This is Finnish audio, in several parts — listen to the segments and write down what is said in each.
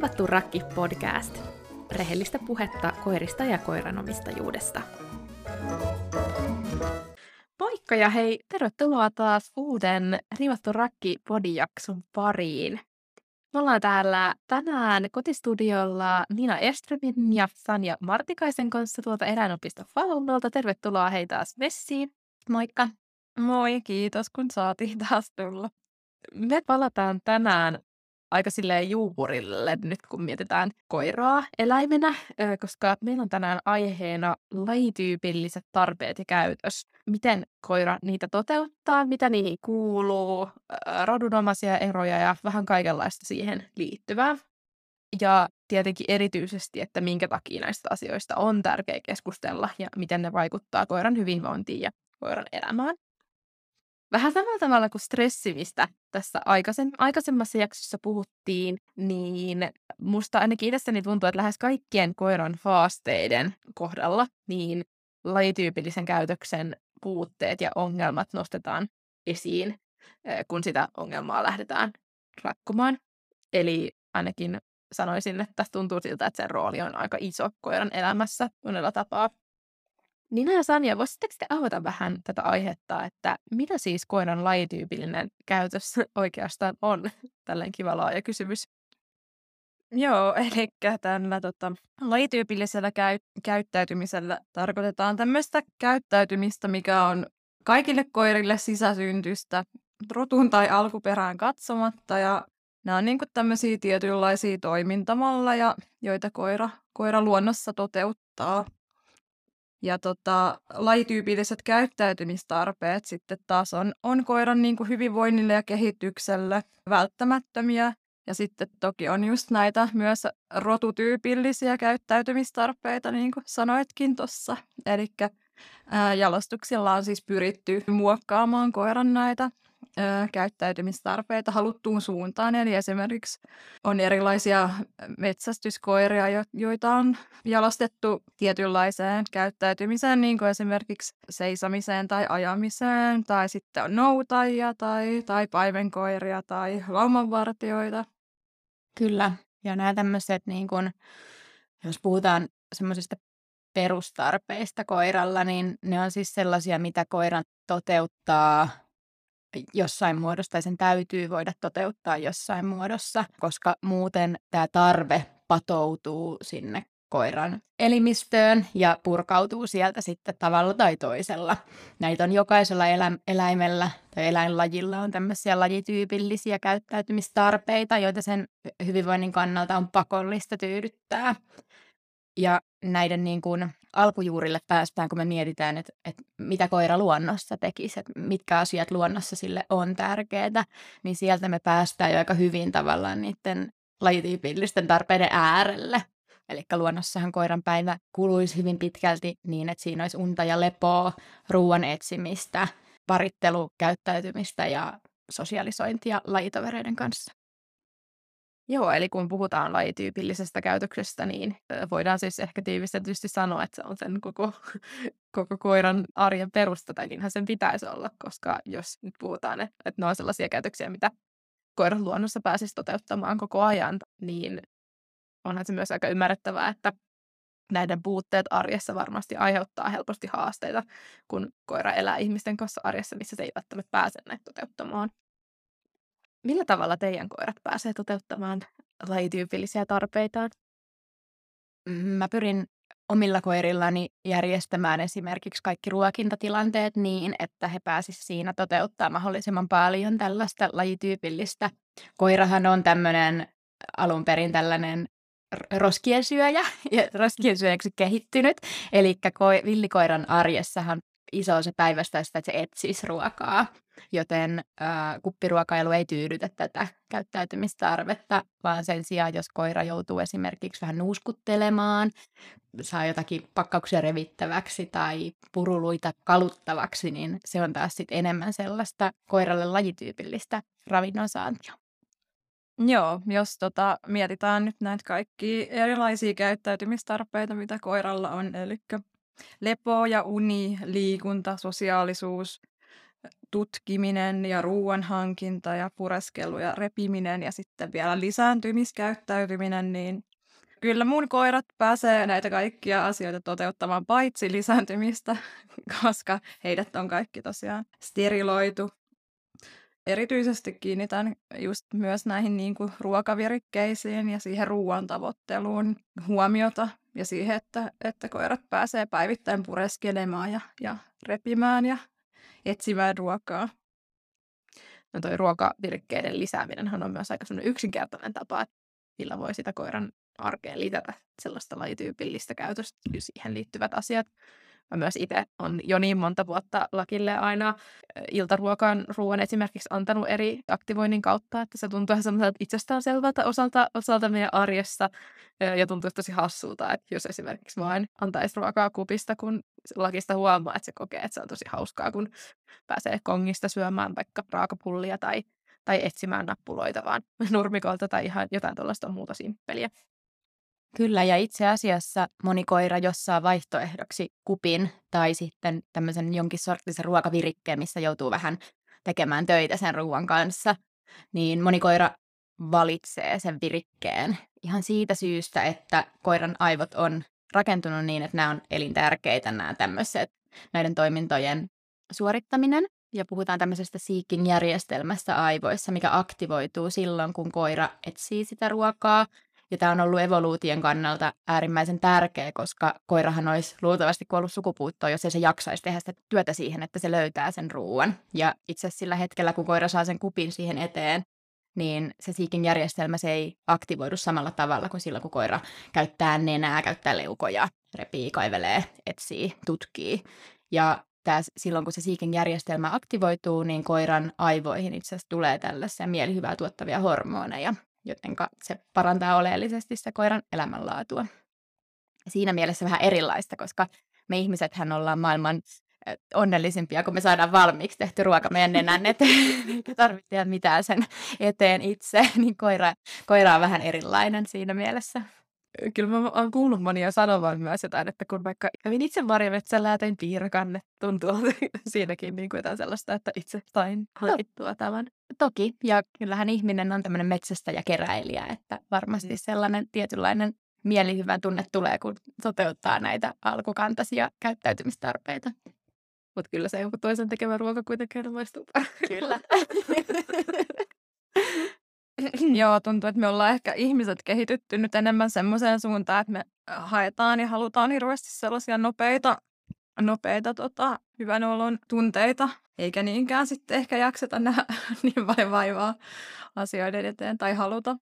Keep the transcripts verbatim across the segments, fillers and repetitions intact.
Riivattu rakki podcast. Rehellistä puhetta koirista ja koiranomistajuudesta. Moikka ja hei, tervetuloa taas uuden Riivattu rakki podijakson pariin. Me ollaan täällä tänään kotistudiolla Nina Eströmin ja Sanja Martikaisen kanssa tuolta Eläinopisto Falunolta. Tervetuloa hei taas messiin. Moikka. Moi, kiitos kun saatiin taas tulla. Me palataan tänään aika silleen juurille nyt, kun mietitään koiraa eläimenä, koska meillä on tänään aiheena lajityypilliset tarpeet ja käytös. Miten koira niitä toteuttaa, mitä niihin kuuluu, rodunomaisia eroja ja vähän kaikenlaista siihen liittyvää. Ja tietenkin erityisesti, että minkä takia näistä asioista on tärkeää keskustella ja miten ne vaikuttaa koiran hyvinvointiin ja koiran elämään. Vähän samalla tavalla kuin stressi, mistä tässä aikaisem- aikaisemmassa jaksossa puhuttiin, niin musta ainakin itsessäni tuntuu, että lähes kaikkien koiran haasteiden kohdalla niin lajityypillisen käytöksen puutteet ja ongelmat nostetaan esiin, kun sitä ongelmaa lähdetään ratkomaan. Eli ainakin sanoisin, että tuntuu siltä, että sen rooli on aika iso koiran elämässä monella tapaa. Nina ja Sanja, voisitteko te avata vähän tätä aihetta, että mitä siis koiran lajityypillinen käytös oikeastaan on? Tällainen kiva laaja kysymys. Joo, eli tällä tota, lajityypillisellä käy- käyttäytymisellä tarkoitetaan tämmöistä käyttäytymistä, mikä on kaikille koirille sisäsyntystä, rotuun tai alkuperään katsomatta. Ja nämä on niinku tämmöisiä tietynlaisia toimintamalleja, joita koira, koira luonnossa toteuttaa. Ja tota, lajityypilliset käyttäytymistarpeet sitten taas on, on koiran niin kuin hyvinvoinnille ja kehitykselle välttämättömiä. Ja sitten toki on just näitä myös rotutyypillisiä käyttäytymistarpeita, niin kuin sanoitkin tuossa. Eli jalostuksilla on siis pyritty muokkaamaan koiran näitä ää, käyttäytymistarpeita haluttuun suuntaan. Eli esimerkiksi on erilaisia metsästyskoiria, jo- joita on jalostettu tietynlaiseen käyttäytymiseen, niin kuin esimerkiksi seisomiseen tai ajamiseen, tai sitten on noutajia tai, tai paimenkoiria tai laumanvartijoita. Kyllä, ja nämä tämmöiset, niin kun, jos puhutaan semmoisista perustarpeista koiralla, niin ne on siis sellaisia, mitä koiran toteuttaa jossain muodossa, tai sen täytyy voida toteuttaa jossain muodossa, koska muuten tämä tarve patoutuu sinne koiran elimistöön ja purkautuu sieltä sitten tavalla tai toisella. Näitä on jokaisella elä- eläimellä tai eläinlajilla on tämmöisiä lajityypillisiä käyttäytymistarpeita, joita sen hyvinvoinnin kannalta on pakollista tyydyttää. Ja näiden niin kuin alkujuurille päästään, kun me mietitään, että, että mitä koira luonnossa tekisi, että mitkä asiat luonnossa sille on tärkeää, niin sieltä me päästään jo aika hyvin tavallaan niiden lajityypillisten tarpeiden äärelle. Eli luonnossahan koiran päivä kuluisi hyvin pitkälti niin, että siinä olisi unta ja lepoa, ruoan etsimistä, parittelukäyttäytymistä ja sosialisointia lajitovereiden kanssa. Joo, eli kun puhutaan lajityypillisestä käytöksestä, niin voidaan siis ehkä tiivistetysti sanoa, että se on sen koko, koko koiran arjen perusta, tai niinhän sen pitäisi olla, koska jos nyt puhutaan, että, että ne on sellaisia käytöksiä, mitä koiran luonnossa pääsisi toteuttamaan koko ajan, niin onhan se myös aika ymmärrettävää, että näiden puutteet arjessa varmasti aiheuttaa helposti haasteita, kun koira elää ihmisten kanssa arjessa, missä se ei välttämättä pääse näitä toteuttamaan. Millä tavalla teidän koirat pääsee toteuttamaan lajityypillisiä tarpeitaan? Mä pyrin omilla koirillani järjestämään esimerkiksi kaikki ruokintatilanteet niin, että he pääsisivät siinä toteuttaa mahdollisimman paljon tällaista lajityypillistä. Koirahan on tämmöinen alun perin tällainen roskien syöjä ja roskien syöjäksi kehittynyt. Eli ko- villikoiran arjessahan iso osa päivästä sitä, että se etsisi ruokaa, joten ää, kuppiruokailu ei tyydytä tätä käyttäytymistarvetta, vaan sen sijaan, jos koira joutuu esimerkiksi vähän nuuskuttelemaan, saa jotakin pakkauksia revittäväksi tai puruluita kaluttavaksi, niin se on taas sit enemmän sellaista koiralle lajityypillistä ravinnon saantia. Joo, jos tota, mietitään nyt näitä kaikkia erilaisia käyttäytymistarpeita, mitä koiralla on, eli lepo ja uni, liikunta, sosiaalisuus, tutkiminen ja ruoan hankinta ja pureskelu ja repiminen ja sitten vielä lisääntymiskäyttäytyminen, niin kyllä mun koirat pääsee näitä kaikkia asioita toteuttamaan paitsi lisääntymistä, koska heidät on kaikki tosiaan steriloitu. Erityisesti kiinnitän just myös näihin niin kuin ruokavirikkeisiin ja siihen ruoan tavoitteluun huomiota ja siihen, että, että koirat pääsee päivittäin pureskelemaan ja, ja repimään ja etsimään ruokaa. No toi ruokavirikkeiden lisääminenhän on myös aika sellainen yksinkertainen tapa, että millä voi sitä koiran arkeen lisätä sellaista lajityypillistä käytöstä ja siihen liittyvät asiat. Mä myös itse on jo niin monta vuotta Lakille aina iltaruokan ruoan esimerkiksi antanut eri aktivoinnin kautta, että se tuntuu ihan semmoiselta itsestäänselvältä osalta, osalta meidän arjessa ja tuntuu tosi hassulta, että jos esimerkiksi vain antaisi ruokaa kupista, kun Lakista huomaa, että se kokee, että se on tosi hauskaa, kun pääsee kongista syömään vaikka raakapullia tai, tai etsimään nappuloita vaan nurmikolta tai ihan jotain tuollaista muuta simppeliä. Kyllä, ja itse asiassa moni koira, jos saa vaihtoehdoksi kupin tai sitten tämmöisen jonkin sorttisen ruokavirikkeen, missä joutuu vähän tekemään töitä sen ruoan kanssa, niin moni koira valitsee sen virikkeen ihan siitä syystä, että koiran aivot on rakentunut niin, että nämä on elintärkeitä nämä tämmöiset näiden toimintojen suorittaminen. Ja puhutaan tämmöisestä seeking-järjestelmästä aivoissa, mikä aktivoituu silloin, kun koira etsii sitä ruokaa. Ja tämä on ollut evoluution kannalta äärimmäisen tärkeä, koska koirahan olisi luultavasti kuollut sukupuuttoon, jos ei se jaksaisi tehdä sitä työtä siihen, että se löytää sen ruoan. Ja itse asiassa sillä hetkellä, kun koira saa sen kupin siihen eteen, niin se seeking-järjestelmä se ei aktivoidu samalla tavalla kuin silloin, kun koira käyttää nenää, käyttää leukoja, repii, kaivelee, etsii, tutkii. Ja tää, silloin, kun se seeking-järjestelmä aktivoituu, niin koiran aivoihin itse asiassa tulee tällaisia mielihyvää tuottavia hormoneja, jotenka se parantaa oleellisesti sitä koiran elämänlaatua. Siinä mielessä vähän erilaista, koska me ihmisethän ollaan maailman onnellisimpia, kun me saadaan valmiiksi tehty ruoka meidän nenän eteen, eikä tarvitse tehdä mitään sen eteen itse, niin koira, koira on vähän erilainen siinä mielessä. Kyllä mä oon kuullut monia sanomaan myös jotain, että kun vaikka kävin itse marjametsällä ja tein piirakanne, tuntuu siinäkin niin kuin jotain sellaista, että itse sain hankittua tämän. Toki, ja kyllähän ihminen on tämmöinen metsästäjä keräilijä, että varmasti sellainen tietynlainen mielihyvän tunne tulee, kun toteuttaa näitä alkukantaisia käyttäytymistarpeita. Mutta kyllä se joku toisen tekemä ruoka kuitenkin maistuu. Kyllä. Joo, tuntuu, että me ollaan ehkä ihmiset kehitytty nyt enemmän semmoiseen suuntaan, että me haetaan ja halutaan hirveästi sellaisia nopeita, nopeita tota, hyvän olon tunteita, eikä niinkään sitten ehkä jakseta nähdä niin vai vaivaa asioiden eteen tai haluta.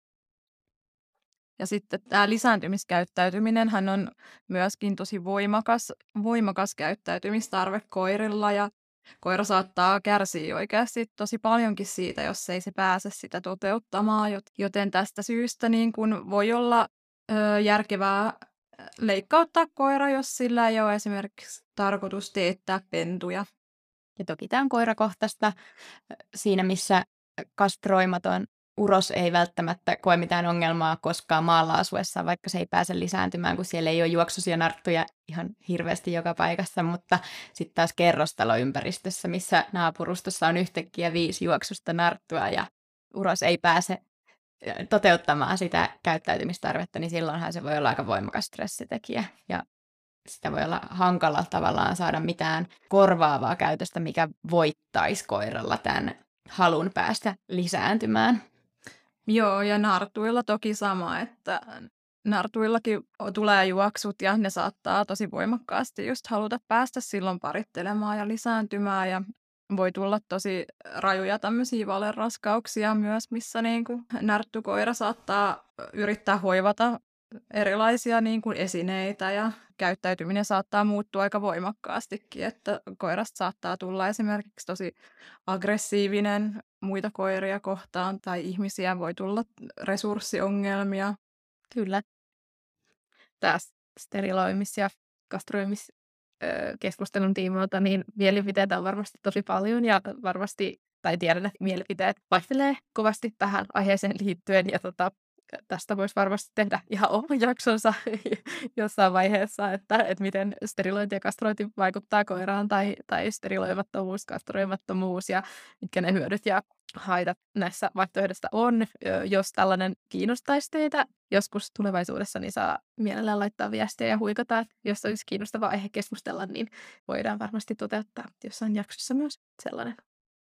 Ja sitten tämä lisääntymiskäyttäytyminenhän on myöskin tosi voimakas, voimakas käyttäytymistarve koirilla ja koira saattaa kärsiä oikeasti tosi paljonkin siitä, jos ei se pääse sitä toteuttamaan, joten tästä syystä niin kun voi olla ö, järkevää leikkauttaa koira, jos sillä ei ole esimerkiksi tarkoitus teettää pentuja. Ja toki tämä on koirakohtaista siinä, missä kastroimaton uros ei välttämättä koe mitään ongelmaa koskaan maalla asuessa, vaikka se ei pääse lisääntymään, kun siellä ei ole juoksuisia narttuja ihan hirveästi joka paikassa, mutta sitten taas kerrostaloympäristössä, missä naapurustossa on yhtäkkiä viisi juoksusta narttua ja uros ei pääse toteuttamaan sitä käyttäytymistarvetta, niin silloinhan se voi olla aika voimakas stressitekijä ja sitä voi olla hankala tavallaan saada mitään korvaavaa käytöstä, mikä voittaisi koiralla tämän halun päästä lisääntymään. Joo, ja nartuilla toki sama, että nartuillakin tulee juoksut ja ne saattaa tosi voimakkaasti just haluta päästä silloin parittelemaan ja lisääntymään ja voi tulla tosi rajuja tämmöisiä valeraskauksia myös, missä niin kuin narttukoira saattaa yrittää hoivata erilaisia niin kuin esineitä ja käyttäytyminen saattaa muuttua aika voimakkaastikin, että koirasta saattaa tulla esimerkiksi tosi aggressiivinen muita koiria kohtaan tai ihmisiä, voi tulla resurssiongelmia. Kyllä. Tässä steriloimis- ja kastroimiskeskustelun tiimoilta niin mielipiteitä on varmasti tosi paljon ja varmasti, tai tiedän, että mielipiteet vaihtelee kovasti tähän aiheeseen liittyen ja tota, tästä voisi varmasti tehdä ihan oman jaksonsa jossain vaiheessa, että, että miten sterilointi ja kastrointi vaikuttaa koiraan tai, tai steriloimattomuus, kastroimattomuus ja mitkä ne hyödyt ja haitat näissä vaihtoehdoista on. Ö, Jos tällainen kiinnostaisi teitä joskus tulevaisuudessa, niin saa mielellään laittaa viestiä ja huikata, että jos olisi kiinnostava aihe keskustella, niin voidaan varmasti toteuttaa jossain jaksossa myös sellainen.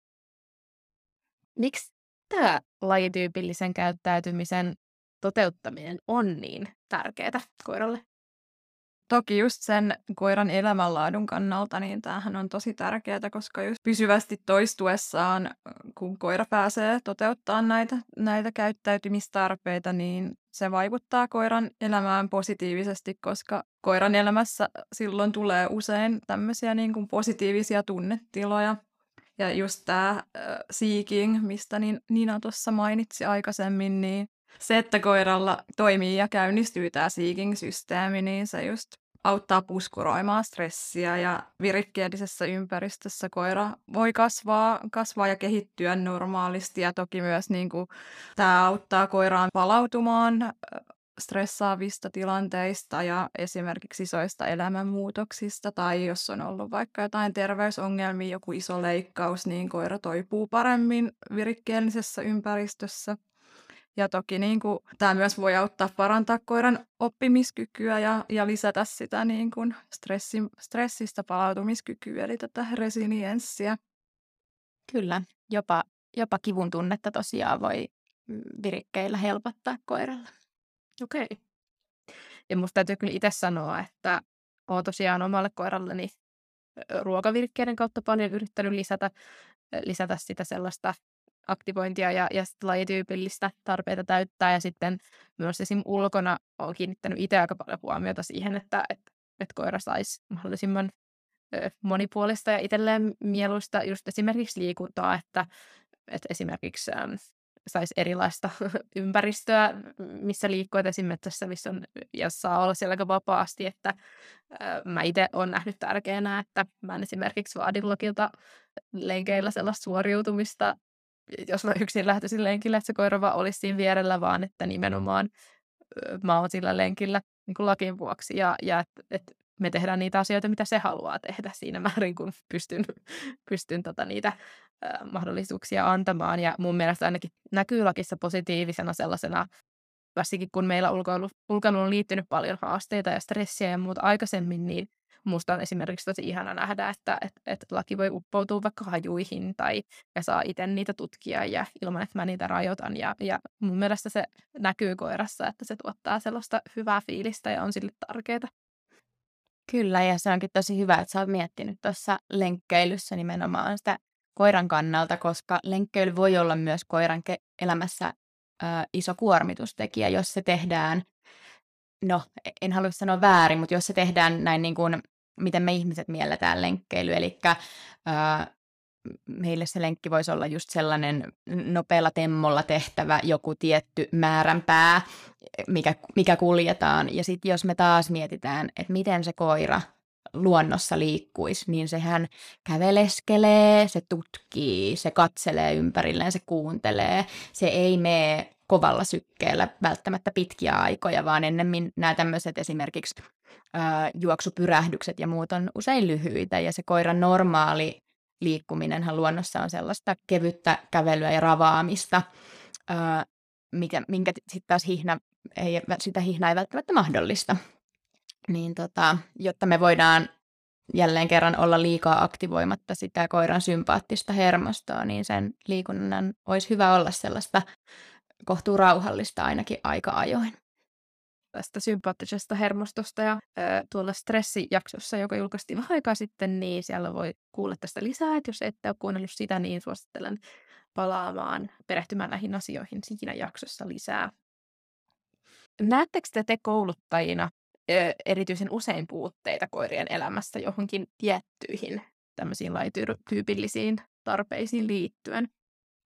Miksi tämä lajityypillisen käyttäytymisen toteuttaminen on niin tärkeää koiralle? Toki just sen koiran elämänlaadun kannalta, niin tämähän on tosi tärkeää, koska just pysyvästi toistuessaan, kun koira pääsee toteuttamaan näitä, näitä käyttäytymistarpeita, niin se vaikuttaa koiran elämään positiivisesti, koska koiran elämässä silloin tulee usein tämmöisiä niin kuin positiivisia tunnetiloja. Ja just tämä äh, seeking, mistä niin Nina tuossa mainitsi aikaisemmin, niin se, että koiralla toimii ja käynnistyy tämä seeking-systeemi, niin se just auttaa puskuroimaan stressiä ja virikkeellisessä ympäristössä koira voi kasvaa, kasvaa ja kehittyä normaalisti ja toki myös niin kuin, tämä auttaa koiraan palautumaan äh, stressaavista tilanteista ja esimerkiksi isoista elämänmuutoksista tai jos on ollut vaikka jotain terveysongelmia, joku iso leikkaus, niin koira toipuu paremmin virikkeellisessä ympäristössä. Ja toki niin kuin, tämä myös voi auttaa parantaa koiran oppimiskykyä ja, ja lisätä sitä niin kuin stressi, stressistä palautumiskykyä, eli tätä resilienssiä. Kyllä, jopa, jopa kivun tunnetta tosiaan voi mm, virikkeillä helpottaa koiralla. Okei. Ja musta täytyy kyllä itse sanoa, että olen tosiaan omalle koiralleni ö, ruokavirikkeiden kautta paljon yrittänyt lisätä, ö, lisätä sitä sellaista aktivointia ja, ja sit lajityypillistä tarpeita täyttää. Ja sitten myös esim. Ulkona olen kiinnittänyt itse aika paljon huomiota siihen, että et, et koira saisi mahdollisimman ö, monipuolista ja itselleen mieluista just esimerkiksi liikuntaa, että et esimerkiksi äm, saisi erilaista ympäristöä, missä liikkuu, että esimerkiksi metsässä, missä on, ja saa olla siellä aika vapaasti, että ää, mä itse olen nähnyt tärkeänä, että mä en esimerkiksi vaadin Lokilta lenkeillä sellaista suoriutumista, jos mä yksin lähtöisin lenkille, että se koira vaan olisi siinä vierellä, vaan että nimenomaan ö, mä oon sillä lenkillä niin kuin Lakin vuoksi, ja, ja että et me tehdään niitä asioita, mitä se haluaa tehdä siinä määrin, kun pystyn, pystyn tota niitä ää, mahdollisuuksia antamaan. Ja mun mielestä ainakin näkyy Lakissa positiivisena sellaisena, varsinkin kun meillä ulkoilu, ulkoiluun on liittynyt paljon haasteita ja stressiä ja muuta aikaisemmin, niin musta on esimerkiksi tosi ihana nähdä, että et, et Laki voi uppoutua vaikka hajuihin tai ja saa itse niitä tutkia ja ilman, että mä niitä rajoitan. Ja, ja mun mielestä se näkyy koirassa, että se tuottaa sellaista hyvää fiilistä ja on sille tärkeää. Kyllä, ja se onkin tosi hyvä, että sä oot miettinyt tuossa lenkkeilyssä nimenomaan sitä koiran kannalta, koska lenkkeily voi olla myös koiran ke- elämässä ö, iso kuormitustekijä, jos se tehdään, no en halua sanoa väärin, mutta jos se tehdään näin niin kuin, miten me ihmiset mielletään lenkkeily, eli ö, meille se lenkki voisi olla just sellainen nopealla temmolla tehtävä joku tietty määränpää, mikä, mikä kuljetaan. Ja sitten jos me taas mietitään, että miten se koira luonnossa liikkuisi, niin sehän käveleskelee, se tutkii, se katselee ympärilleen, se kuuntelee. Se ei mene kovalla sykkeellä välttämättä pitkiä aikoja, vaan ennemmin nämä tämmöiset esimerkiksi ää, juoksupyrähdykset ja muut on usein lyhyitä. Ja se koiran normaali liikkuminenhan luonnossa on sellaista kevyttä kävelyä ja ravaamista, ää, mikä, minkä sitten taas hihna ei, sitä hihnaa ei välttämättä mahdollista. Niin tota, jotta me voidaan jälleen kerran olla liikaa aktivoimatta sitä koiran sympaattista hermostoa, niin sen liikunnan olisi hyvä olla sellaista kohtuu rauhallista ainakin aika ajoin. Tästä sympaattisesta hermostosta ja ö, tuolla stressijaksossa, joka julkaistiin vähän aikaa sitten, niin siellä voi kuulla tästä lisää, että jos ette ole kuunnellut sitä, niin suosittelen palaamaan, perehtymään näihin asioihin siinä jaksossa lisää. Näettekö te, te kouluttajina ö, erityisen usein puutteita koirien elämässä johonkin tiettyihin tämmöisiin lajityypillisiin tarpeisiin liittyen?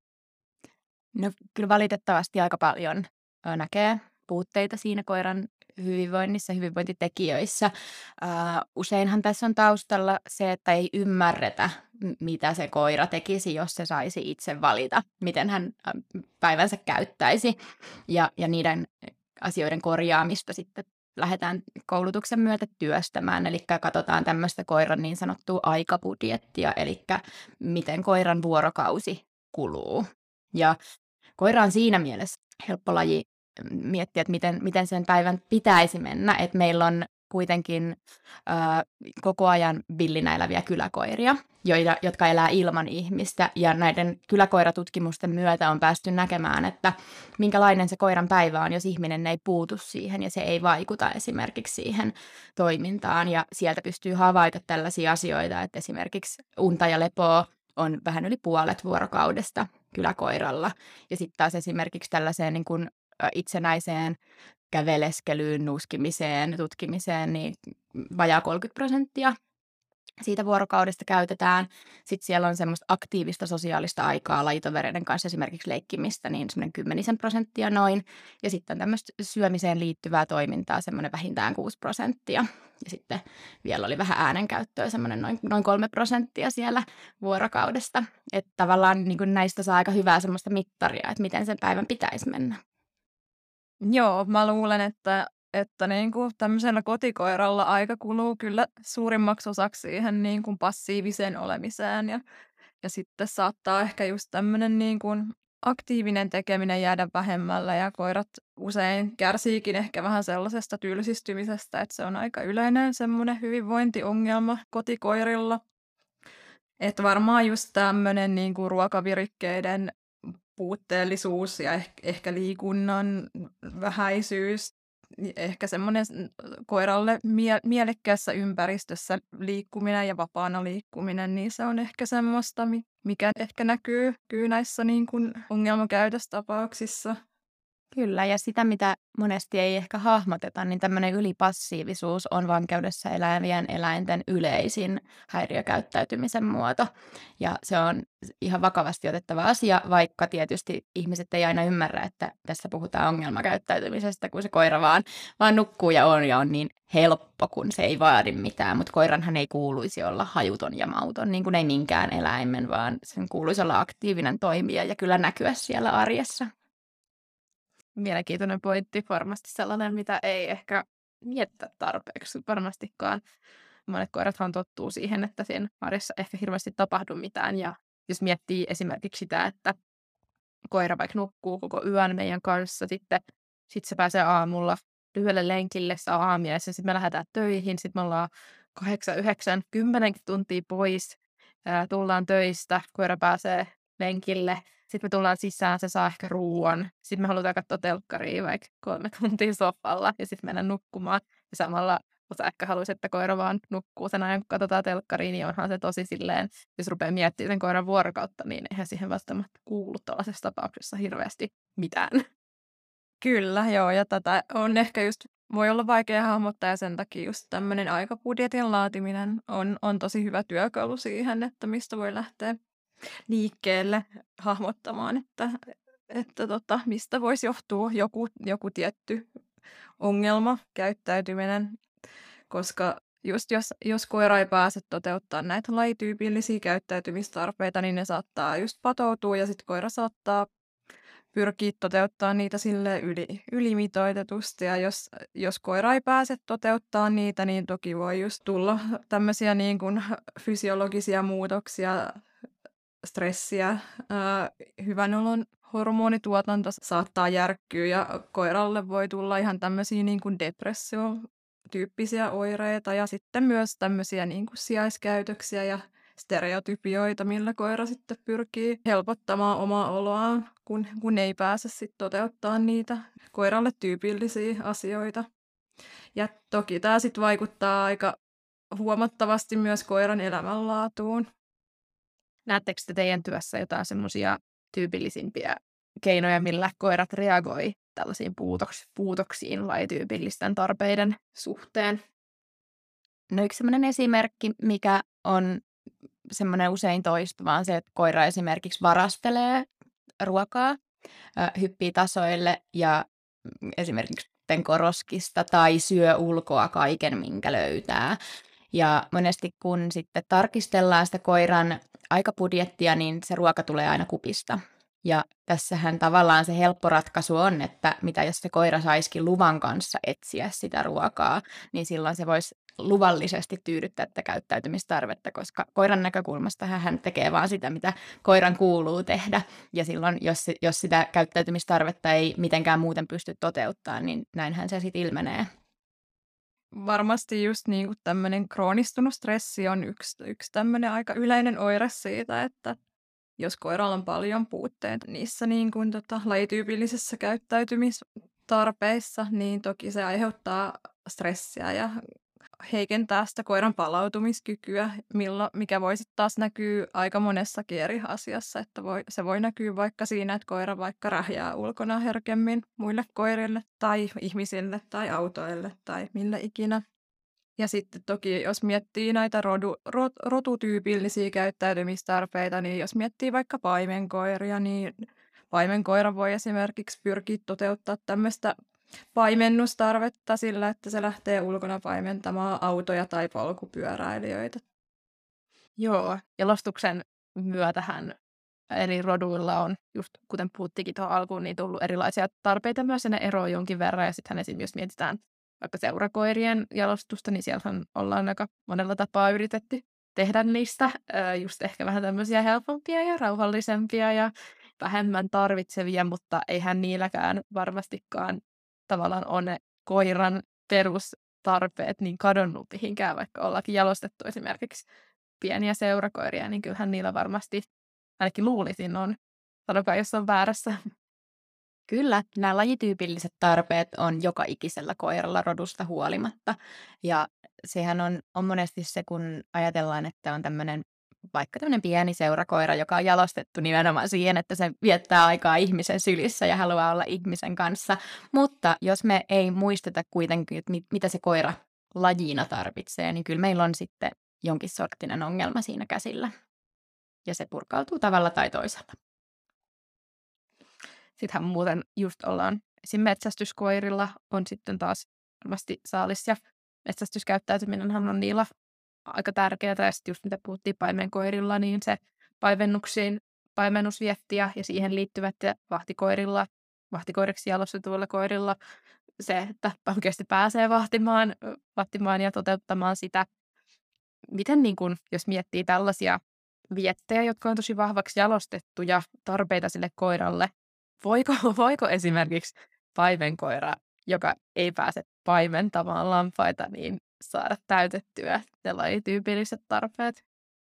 No kyllä valitettavasti aika paljon ö, näkee puutteita siinä koiran hyvinvoinnissa, hyvinvointitekijöissä. Ää, useinhan tässä on taustalla se, että ei ymmärretä, mitä se koira tekisi, jos se saisi itse valita, miten hän päivänsä käyttäisi. Ja, ja niiden asioiden korjaamista sitten lähdetään koulutuksen myötä työstämään, eli katsotaan tämmöistä koiran niin sanottua aikabudjettia, eli miten koiran vuorokausi kuluu. Ja koira on siinä mielessä helppo laji miettiä, että miten, miten sen päivän pitäisi mennä, että meillä on kuitenkin ää, koko ajan villinä eläviä kyläkoiria, joita, jotka elää ilman ihmistä, ja näiden kyläkoiratutkimusten myötä on päästy näkemään, että minkälainen se koiran päivä on, jos ihminen ei puutu siihen, ja se ei vaikuta esimerkiksi siihen toimintaan, ja sieltä pystyy havaita tällaisia asioita, että esimerkiksi unta ja lepoa on vähän yli puolet vuorokaudesta kyläkoiralla, ja sitten taas esimerkiksi tällaiseen niin kuin itsenäiseen käveleskelyyn, nuuskimiseen, tutkimiseen, niin vajaa kolmekymmentä prosenttia siitä vuorokaudesta käytetään. Sitten siellä on semmoista aktiivista sosiaalista aikaa lajitovereiden kanssa esimerkiksi leikkimistä, niin semmoinen kymmenisen prosenttia noin. Ja sitten tämmöistä syömiseen liittyvää toimintaa semmoinen vähintään kuusi prosenttia. Ja sitten vielä oli vähän äänenkäyttöä, semmoinen noin, noin kolme prosenttia siellä vuorokaudesta. Että tavallaan niin kuin näistä saa aika hyvää semmoista mittaria, että miten sen päivän pitäisi mennä. Joo, mä luulen, että, että niin kuin tämmöisellä kotikoiralla aika kuluu kyllä suurimmaksi osaksi siihen niin kuin passiiviseen olemiseen. Ja, ja sitten saattaa ehkä just tämmöinen niin kuin aktiivinen tekeminen jäädä vähemmällä. Ja koirat usein kärsiikin ehkä vähän sellaisesta tylsistymisestä, että se on aika yleinen semmoinen hyvinvointiongelma kotikoirilla. Että varmaan just tämmöinen niin kuin ruokavirikkeiden puutteellisuus ja ehkä, ehkä liikunnan vähäisyys, ehkä semmoinen koiralle mie- mielekkäässä ympäristössä liikkuminen ja vapaana liikkuminen, niin se on ehkä semmoista, mikä ehkä näkyy kyllä näissä niin kuin ongelmakäytöstapauksissa. Kyllä, ja sitä, mitä monesti ei ehkä hahmoteta, niin tämmöinen ylipassiivisuus on vankeudessa elävien eläinten yleisin häiriökäyttäytymisen muoto. Ja se on ihan vakavasti otettava asia, vaikka tietysti ihmiset ei aina ymmärrä, että tässä puhutaan ongelmakäyttäytymisestä, kun se koira vaan, vaan nukkuu ja on ja on niin helppo, kun se ei vaadi mitään. Mutta koiranhan ei kuuluisi olla hajuton ja mauton, niin kuin ei minkään eläimen, vaan sen kuuluisi olla aktiivinen toimija ja kyllä näkyä siellä arjessa. Mielenkiintoinen pointti, varmasti sellainen, mitä ei ehkä mietitä tarpeeksi varmastikaan. Monet koirathan tottuu siihen, että siinä arjessa ehkä hirveästi tapahdu mitään. Ja jos miettii esimerkiksi sitä, että koira vaikka nukkuu koko yön meidän kanssa, sitten sit se pääsee aamulla lyhyelle lenkille, saa aamiaisen, sitten me lähdetään töihin, sitten me ollaan kahdeksan, yhdeksän, kymmenenkin tuntia pois, ää, tullaan töistä, koira pääsee lenkille. Sitten me tullaan sisään, se saa ehkä ruuan. Sitten me halutaan katsoa telkkaria vaikka kolme tuntia sofalla ja sitten mennä nukkumaan. Ja samalla, kun sä ehkä haluaisit, että koira vaan nukkuu sen ajan, kun katsotaan telkkaria, niin onhan se tosi silleen, jos rupeaa miettimään sen koiran vuorokautta, niin eihän siihen välttämättä kuulu tällaisessa tapauksessa hirveästi mitään. Kyllä, joo, ja tätä on ehkä just, voi olla vaikea hahmottaa, ja sen takia just tämmöinen aikabudjetin laatiminen on, on tosi hyvä työkalu siihen, että mistä voi lähteä liikkeelle hahmottamaan, että, että tota, mistä voisi johtua joku, joku tietty ongelma, käyttäytyminen, koska just jos, jos koira ei pääse toteuttaa näitä lajityypillisiä käyttäytymistarpeita, niin ne saattaa just patoutua ja sitten koira saattaa pyrkiä toteuttaa niitä sille yli, ylimitoitetusti. Ja jos, jos koira ei pääse toteuttaa niitä, niin toki voi just tulla tämmöisiä niin kuin fysiologisia muutoksia, stressiä, ää, hyvän olon hormonituotanto saattaa järkkyä ja koiralle voi tulla ihan tämmöisiä niin kuin depressio-tyyppisiä oireita ja sitten myös tämmöisiä niin kuin sijaiskäytöksiä ja stereotypioita, millä koira sitten pyrkii helpottamaan omaa oloaan, kun, kun ei pääse sitten toteuttaa niitä koiralle tyypillisiä asioita. Ja toki tämä sitten vaikuttaa aika huomattavasti myös koiran elämänlaatuun. Näettekö te teidän työssä jotain semmoisia tyypillisimpiä keinoja, millä koirat reagoi tällaisiin puutoks- puutoksiin lajityypillisten tarpeiden suhteen? No yksi semmoinen esimerkki, mikä on semmoinen usein toistuva, on se, että koira esimerkiksi varastelee ruokaa, hyppii tasoille ja esimerkiksi muiden koroskista tai syö ulkoa kaiken, minkä löytää. Ja monesti kun sitten tarkistellaan sitä koiran aikabudjettia, niin se ruoka tulee aina kupista. Ja tässähän tavallaan se helppo ratkaisu on, että mitä jos se koira saisikin luvan kanssa etsiä sitä ruokaa, niin silloin se voisi luvallisesti tyydyttää tätä käyttäytymistarvetta, koska koiran näkökulmasta hän tekee vaan sitä, mitä koiran kuuluu tehdä. Ja silloin, jos, jos sitä käyttäytymistarvetta ei mitenkään muuten pysty toteuttamaan, niin näinhän se sitten ilmenee. Varmasti just niin kuin tämmöinen kroonistunut stressi on yksi, yksi tämmöinen aika yleinen oire siitä, että jos koiralla on paljon puutteita niissä niin kuin tota, lajityypillisissä käyttäytymistarpeissa, niin toki se aiheuttaa stressiä ja heikentää sitä koiran palautumiskykyä, millo, mikä voi sitten taas näkyä aika monessakin eri asiassa. Että voi, se voi näkyä vaikka siinä, että koira vaikka rähjää ulkona herkemmin muille koirille tai ihmisille tai autoille tai millä ikinä. Ja sitten toki, jos miettii näitä rodu, rot, rotutyypillisiä käyttäytymistarpeita, niin jos miettii vaikka paimenkoiria, niin paimenkoira voi esimerkiksi pyrkiä toteuttaa tämmöistä paimennustarvetta sillä, että se lähtee ulkona paimentamaan autoja tai polkupyöräilijöitä. Joo, jalostuksen myötähän eri roduilla on, just kuten puhuttiinkin tuohon alkuun, niin tullut erilaisia tarpeita myös, ja ne eroaa jonkin verran. Ja sittenhän esimerkiksi, jos mietitään vaikka seurakoirien jalostusta, niin siellähän ollaan aika monella tapaa yritetty tehdä niistä just ehkä vähän tämmöisiä helpompia ja rauhallisempia ja vähemmän tarvitsevia, mutta eihän niilläkään varmastikaan tavallaan ole ne koiran perustarpeet niin kadonnut mihinkään, vaikka ollaankin jalostettu esimerkiksi pieniä seurakoiria, niin kyllähän niillä varmasti, ainakin luulisin, on. Sanokaa, jos on väärässä. Kyllä, nämä lajityypilliset tarpeet on joka ikisellä koiralla rodusta huolimatta. Ja sehän on, on monesti se, kun ajatellaan, että on tämmöinen vaikka tämmöinen pieni seurakoira, joka on jalostettu nimenomaan siihen, että se viettää aikaa ihmisen sylissä ja haluaa olla ihmisen kanssa. Mutta jos me ei muisteta kuitenkin, että mit, mitä se koira lajina tarvitsee, niin kyllä meillä on sitten jonkin sorttinen ongelma siinä käsillä. Ja se purkautuu tavalla tai toisella. Sittenhän muuten just ollaan, esim. Metsästyskoirilla on sitten taas varmasti saalis- ja metsästyskäyttäytyminenhän on niillä aika tärkeää. Ja sitten just mitä puhuttiin paimenkoirilla, niin se paimennuksiin, paimennusviettiä ja siihen liittyvät ja vahtikoirilla, vahtikoiriksi jalostetuilla koirilla se, että oikeasti pääsee vahtimaan, vahtimaan ja toteuttamaan sitä. Miten niin kun, jos miettii tällaisia viettejä, jotka on tosi vahvaksi jalostettuja tarpeita sille koiralle, Voiko, voiko esimerkiksi paimenkoira, joka ei pääse paimentamaan lampaita, niin saada täytettyä ne lajityypilliset tarpeet?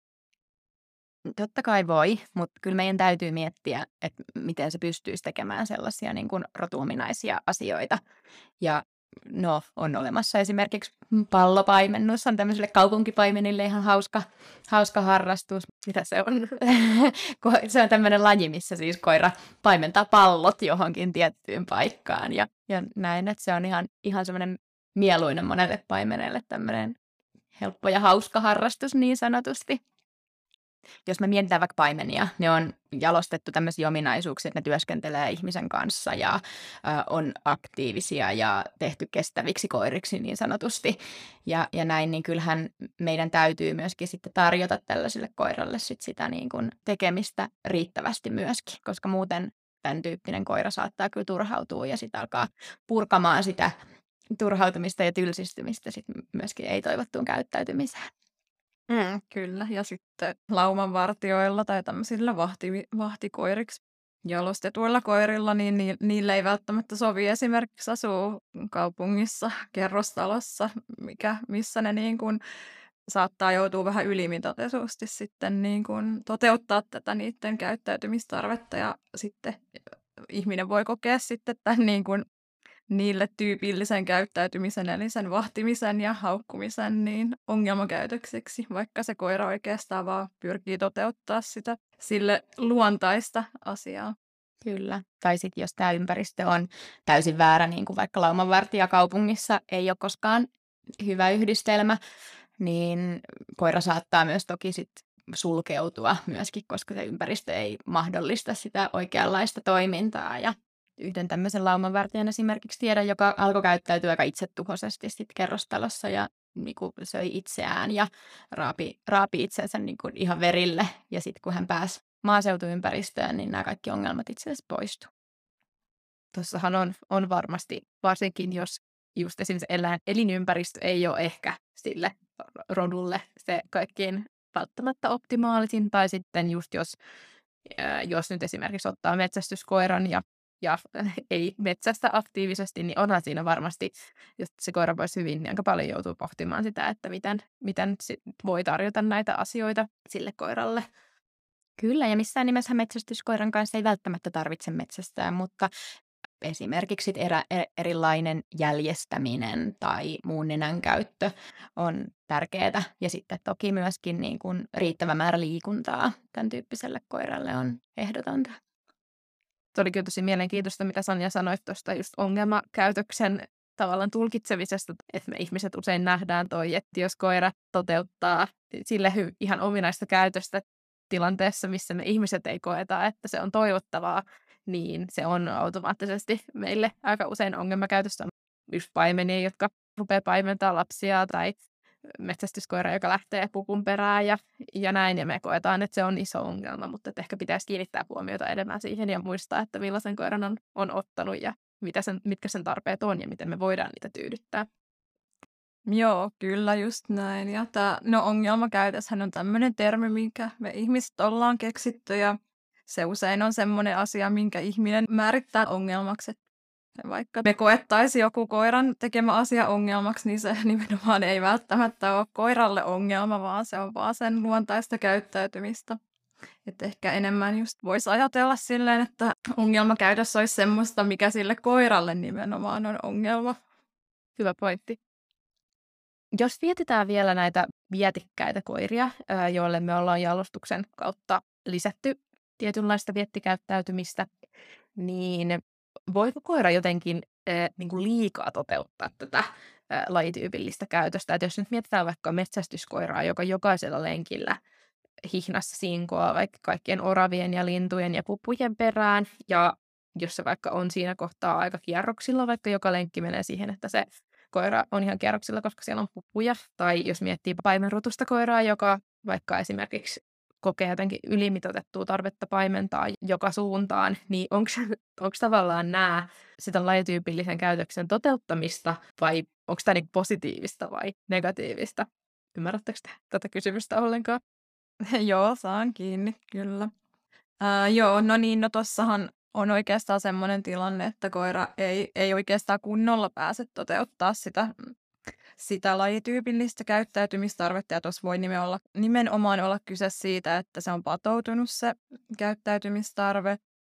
Totta kai voi, mutta kyllä meidän täytyy miettiä, että miten se pystyisi tekemään sellaisia niin kuin rotuominaisia asioita. Ja no, on olemassa esimerkiksi pallopaimennus, on tämmöiselle kaupunkipaimenille ihan hauska, hauska harrastus. Mitä se on? Se on tämmöinen laji, missä siis koira paimentaa pallot johonkin tiettyyn paikkaan. Ja, ja näin, että se on ihan, ihan semmoinen mieluinen monelle paimenelle tämmöinen helppo ja hauska harrastus niin sanotusti. Jos me mietitään vaikka paimenia, ne on jalostettu tämmöisiä ominaisuuksia, että ne työskentelee ihmisen kanssa ja ä, on aktiivisia ja tehty kestäviksi koiriksi niin sanotusti. Ja, ja näin, niin kyllähän meidän täytyy myöskin sitten tarjota tällaiselle koiralle sit sitä niin kuin tekemistä riittävästi myöskin, koska muuten tämän tyyppinen koira saattaa kyllä turhautua ja sitten alkaa purkamaan sitä turhautumista ja tylsistymistä sit myöskin ei-toivottuun käyttäytymiseen. Mm, kyllä, ja sitten laumanvartioilla tai tämmöisillä vahti, vahtikoiriksi jalostetuilla koirilla, niin ni, niille ei välttämättä sovi esimerkiksi asua kaupungissa, kerrostalossa, mikä, missä ne niin kuin saattaa joutua vähän ylimitoitetusti sitten niin kuin toteuttaa tätä niiden käyttäytymistarvetta, ja sitten ihminen voi kokea sitten tämän niin kuin niille tyypillisen käyttäytymisen, eli sen vahtimisen ja haukkumisen niin ongelmakäytökseksi, vaikka se koira oikeastaan vaan pyrkii toteuttaa sitä sille luontaista asiaa. Kyllä. Tai sitten jos tämä ympäristö on täysin väärä, niin kuin vaikka laumanvartija kaupungissa ei ole koskaan hyvä yhdistelmä, niin koira saattaa myös toki sit sulkeutua myöskin, koska se ympäristö ei mahdollista sitä oikeanlaista toimintaa ja yhden tämmöisen laumanvartijan esimerkiksi tiedän, joka alkoi käyttäytyä aika itsetuhoisesti sit kerrostalossa ja niin kuin söi itseään ja raapi, raapi itsensä niin kuin ihan verille. Ja sitten kun hän pääsi maaseutuympäristöön, niin nämä kaikki ongelmat itse asiassa poistu. Tuossahan on, on varmasti, varsinkin jos just esimerkiksi elä, elinympäristö ei ole ehkä sille rodulle se kaikkein välttämättä optimaalisin, tai sitten just jos, ää, jos nyt esimerkiksi ottaa metsästyskoiran ja, ja ei metsästä aktiivisesti, niin onhan siinä varmasti, jos se koira voisi hyvin, niin aika paljon joutuu pohtimaan sitä, että miten, miten sit voi tarjota näitä asioita sille koiralle. Kyllä, ja missään nimessä metsästyskoiran kanssa ei välttämättä tarvitse metsästää, mutta esimerkiksi erä, e- erilainen jäljestäminen tai muun nenän käyttö on tärkeää. Ja sitten toki myöskin niin kuin riittävä määrä liikuntaa tämän tyyppiselle koiralle on ehdotonta. Se oli kyllä tosi mielenkiintoista, mitä Sanja sanoi tuosta just ongelmakäytöksen tavallaan tulkitsemisesta, että me ihmiset usein nähdään toi, että jos koira toteuttaa sille hy- ihan ominaista käytöstä tilanteessa, missä me ihmiset ei koeta, että se on toivottavaa, niin se on automaattisesti meille aika usein ongelmakäytöstä. Just paimenia, jotka rupeaa paimentaa lapsia tai metsästyskoira, joka lähtee pukun perään ja, ja näin, ja me koetaan, että se on iso ongelma, mutta että ehkä pitäisi kiinnittää huomiota enemmän siihen ja muistaa, että millaisen koiran on, on ottanut ja mitä sen, mitkä sen tarpeet on ja miten me voidaan niitä tyydyttää. Joo, kyllä just näin. Ja tää, no ongelmakäytöshän on tämmöinen termi, minkä me ihmiset ollaan keksitty ja se usein on semmoinen asia, minkä ihminen määrittää ongelmaksi. Vaikka me koettaisi joku koiran tekemä asia ongelmaksi, niin se nimenomaan ei välttämättä ole koiralle ongelma, vaan se on vaan sen luontaista käyttäytymistä. Että ehkä enemmän just voisi ajatella silleen, että ongelmakäytös olisi semmoista, mikä sille koiralle nimenomaan on ongelma. Hyvä pointti. Jos mietitään vielä näitä vietikkäitä koiria, joille me ollaan jalostuksen kautta lisätty tietynlaista viettikäyttäytymistä, niin voiko koira jotenkin äh, niin kuin liikaa toteuttaa tätä äh, lajityypillistä käytöstä? Et jos nyt mietitään vaikka metsästyskoiraa, joka jokaisella lenkillä hihnassa sinkoa vaikka kaikkien oravien ja lintujen ja pupujen perään, ja jos se vaikka on siinä kohtaa aika kierroksilla, vaikka joka lenkki menee siihen, että se koira on ihan kierroksilla, koska siellä on pupuja, tai jos miettii paimenrotusta koiraa, joka vaikka esimerkiksi kokee jotenkin ylimitoitettua tarvetta paimentaa joka suuntaan, niin onko tavallaan nämä sitä lajityypillisen käytöksen toteuttamista vai onko tämä niinku positiivista vai negatiivista? Ymmärrättekö te tätä kysymystä ollenkaan? Joo, saan kiinni, kyllä. Ää, joo, no niin, no tossahan on oikeastaan semmoinen tilanne, että koira ei, ei oikeastaan kunnolla pääse toteuttaa sitä, sitä lajityypillistä käyttäytymistarvetta. Ja tuossa voi nimenomaan, nimenomaan olla kyse siitä, että se on patoutunut se käyttäytymistarve.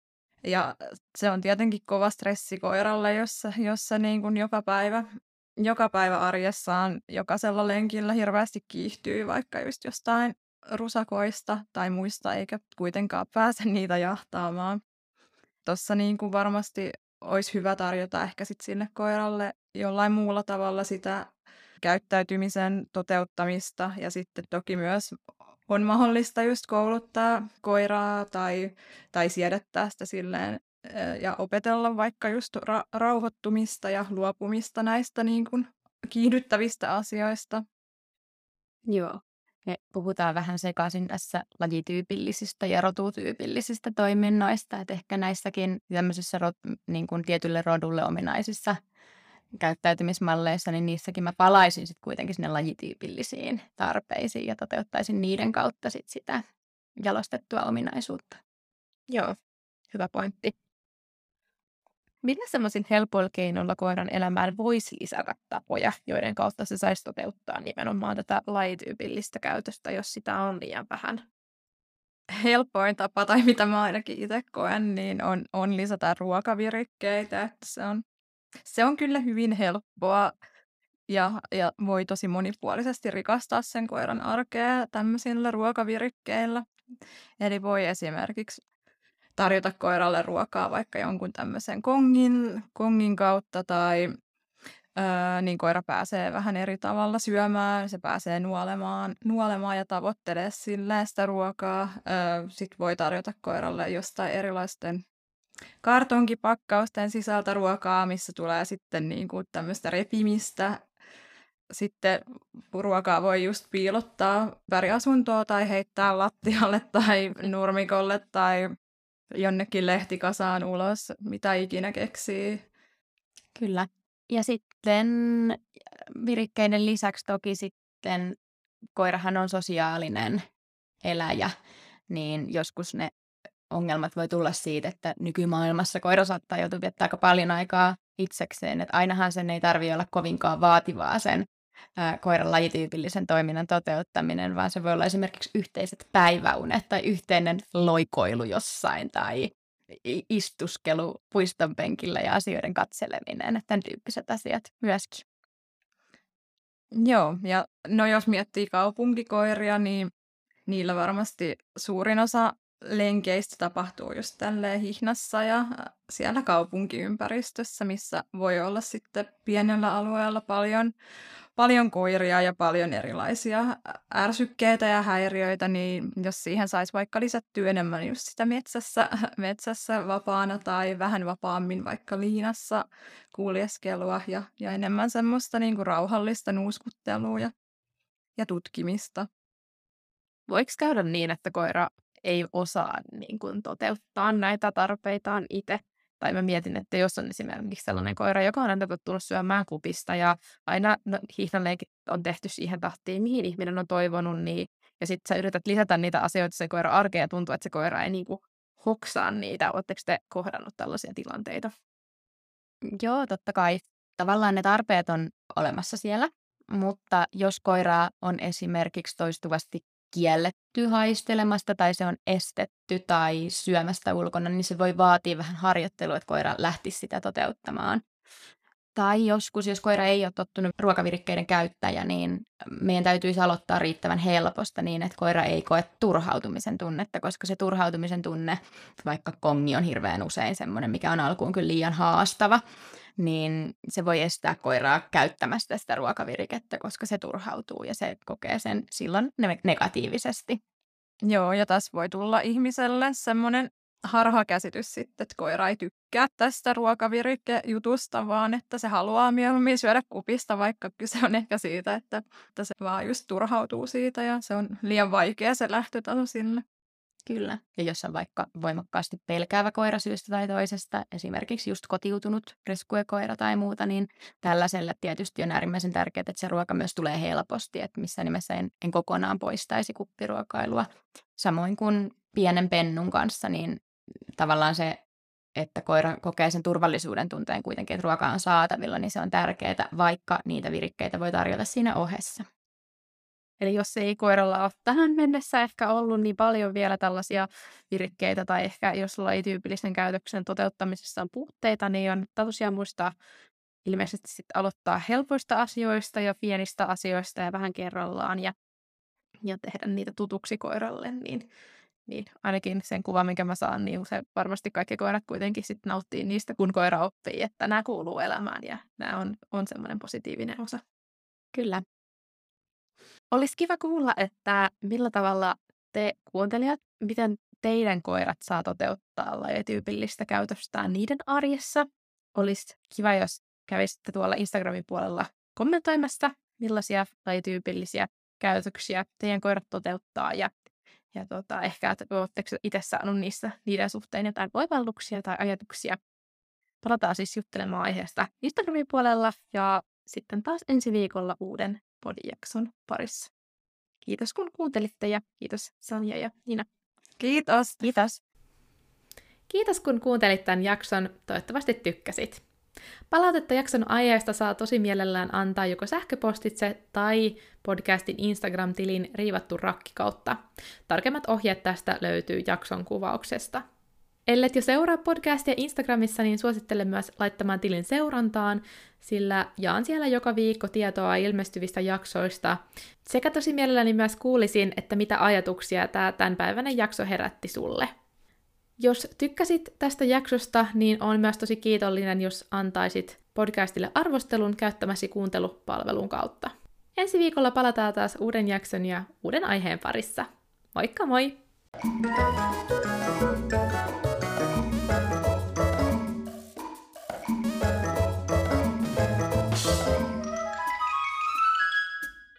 Ja se on tietenkin kova stressi koiralle, jossa, jossa niin kuin joka päivä, joka päivä arjessaan jokaisella lenkillä hirveästi kiihtyy vaikka just jostain rusakoista tai muista, eikä kuitenkaan pääse niitä jahtaamaan. Tuossa niin kuin varmasti olisi hyvä tarjota ehkä sit sinne koiralle jollain muulla tavalla sitä käyttäytymisen toteuttamista ja sitten toki myös on mahdollista just kouluttaa koiraa tai, tai siedättää sitä silleen ja opetella vaikka just ra- rauhoittumista ja luopumista näistä niin kuin kiihdyttävistä asioista. Joo. Me puhutaan vähän sekaisin tässä lajityypillisistä ja rotutyypillisistä toiminnoista, että ehkä näissäkin tämmöisissä rot, niin kuin tietylle rodulle ominaisissa käyttäytymismalleissa, niin niissäkin mä palaisin sitten kuitenkin sinne lajityypillisiin tarpeisiin ja toteuttaisin niiden kautta sit sitä jalostettua ominaisuutta. Joo, hyvä pointti. Millä semmoisin helpoilla keinoilla koiran elämään voisi lisätä tapoja, joiden kautta se saisi toteuttaa nimenomaan tätä lajityypillistä käytöstä, jos sitä on liian vähän? Helpoin tapa, tai mitä mä ainakin itse koen, niin on, on lisätä ruokavirikkeitä. Että se, on, se on kyllä hyvin helppoa ja, ja voi tosi monipuolisesti rikastaa sen koiran arkea tämmöisillä ruokavirikkeillä. Eli voi esimerkiksi tarjota koiralle ruokaa vaikka jonkun tämmöisen kongin, kongin kautta tai ää, niin koira pääsee vähän eri tavalla syömään, se pääsee nuolemaan, nuolemaan ja tavoittelee silleen sitä ruokaa. Sitten voi tarjota koiralle jostain erilaisten kartonkipakkausten sisältä ruokaa, missä tulee sitten niinku tämmöistä repimistä. Sitten ruokaa voi just piilottaa väriasuntoa tai heittää lattialle tai nurmikolle tai jonnekin lehtikasaan ulos, mitä ikinä keksii. Kyllä. Ja sitten virikkeiden lisäksi toki sitten koirahan on sosiaalinen eläjä, niin joskus ne ongelmat voi tulla siitä, että nykymaailmassa koira saattaa joutua viettää aika paljon aikaa itsekseen, että ainahan sen ei tarvitse olla kovinkaan vaativaa sen ää, koiran lajityypillisen toiminnan toteuttaminen, vaan se voi olla esimerkiksi yhteiset päiväunet tai yhteinen loikoilu jossain tai istuskelu puiston penkillä ja asioiden katseleminen, että tämän tyyppiset asiat myöskin. Joo, ja no jos miettii kaupunkikoiria, niin niillä varmasti suurin osa lenkeistä tapahtuu just tälleen hihnassa ja siellä kaupunkiympäristössä, missä voi olla sitten pienellä alueella paljon, paljon koiria ja paljon erilaisia ärsykkeitä ja häiriöitä, niin jos siihen saisi vaikka lisättyä enemmän just sitä metsässä, metsässä vapaana tai vähän vapaammin vaikka liinassa kuljeskelua ja, ja enemmän semmoista niin kuin rauhallista nuuskuttelua ja, ja tutkimista. Voiko käydä niin, että koira ei osaa niin kuin, toteuttaa näitä tarpeitaan itse? Tai mä mietin, että jos on esimerkiksi sellainen koira, joka on aina tottunut syömään kupista ja aina no, hiihnaleikit on tehty siihen tahtiin, mihin ihminen on toivonut, niin, ja sitten sä yrität lisätä niitä asioita sen koiran arkeen ja tuntuu, että se koira ei niin kuin, hoksaa niitä. Oletteko te kohdannut tällaisia tilanteita? Joo, totta kai. Tavallaan ne tarpeet on olemassa siellä, mutta jos koiraa on esimerkiksi toistuvasti kielletty haistelemasta tai se on estetty tai syömästä ulkona, niin se voi vaatia vähän harjoittelua, että koira lähtisi sitä toteuttamaan. Tai joskus, jos koira ei ole tottunut ruokavirikkeiden käyttäjä, niin meidän täytyisi aloittaa riittävän helposta niin, että koira ei koe turhautumisen tunnetta, koska se turhautumisen tunne, vaikka kongi on hirveän usein semmoinen, mikä on alkuun kyllä liian haastava, niin se voi estää koiraa käyttämästä sitä ruokavirikettä, koska se turhautuu ja se kokee sen silloin negatiivisesti. Joo, ja tässä voi tulla ihmiselle semmoinen harhakäsitys sitten, että koira ei tykkää tästä ruokavirikejutusta, vaan että se haluaa mieluummin syödä kupista, vaikka kyse on ehkä siitä, että, että se vaan just turhautuu siitä ja se on liian vaikea se lähtötaso sinne. Kyllä. Ja jos on vaikka voimakkaasti pelkäävä koira syystä tai toisesta, esimerkiksi just kotiutunut reskuekoira tai muuta, niin tällaiselle tietysti on äärimmäisen tärkeää, että se ruoka myös tulee helposti, että missään nimessä en, en kokonaan poistaisi kuppiruokailua. Samoin kuin pienen pennun kanssa, niin tavallaan se, että koira kokee sen turvallisuuden tunteen kuitenkin, että ruoka on saatavilla, niin se on tärkeää, vaikka niitä virikkeitä voi tarjota siinä ohessa. Eli jos ei koiralla ole tähän mennessä ehkä ollut niin paljon vielä tällaisia virikkeitä, tai ehkä jos lajityypillisen käytöksen toteuttamisessa on puutteita, niin on tosiaan muistaa ilmeisesti sitten aloittaa helpoista asioista ja pienistä asioista ja vähän kerrallaan ja, ja tehdä niitä tutuksi koiralle, niin, niin ainakin sen kuvan, minkä mä saan, niin se varmasti kaikki koirat kuitenkin sitten nauttii niistä, kun koira oppii, että nämä kuuluu elämään ja nämä on, on semmoinen positiivinen osa. Kyllä. Olisi kiva kuulla, että millä tavalla te kuuntelijat, miten teidän koirat saa toteuttaa lajityypillistä käytöstään niiden arjessa. Olisi kiva, jos kävisitte tuolla Instagramin puolella kommentoimassa, millaisia lajityypillisiä käytöksiä teidän koirat toteuttaa. Ja, ja tota, ehkä, että oletteko itse saanut niissä, niiden suhteen jotain oivalluksia tai ajatuksia. Palataan siis juttelemaan aiheesta Instagramin puolella ja sitten taas ensi viikolla uuden podijakson parissa. Kiitos kun kuuntelitte ja kiitos Sanja ja Nina. Kiitos. Kiitos. Kiitos kun kuuntelit tämän jakson. Toivottavasti tykkäsit. Palautetta jakson aiheesta saa tosi mielellään antaa joko sähköpostitse tai podcastin Instagram-tilin Riivattu rakki kautta. Tarkemmat ohjeet tästä löytyy jakson kuvauksesta. Ellet jo seuraa podcastia Instagramissa, niin suosittelen myös laittamaan tilin seurantaan, sillä jaan siellä joka viikko tietoa ilmestyvistä jaksoista. Sekä tosi mielelläni myös kuulisin, että mitä ajatuksia tämä tämänpäiväinen jakso herätti sulle. Jos tykkäsit tästä jaksosta, niin olen myös tosi kiitollinen, jos antaisit podcastille arvostelun käyttämäsi kuuntelupalvelun kautta. Ensi viikolla palataan taas uuden jakson ja uuden aiheen parissa. Moikka moi!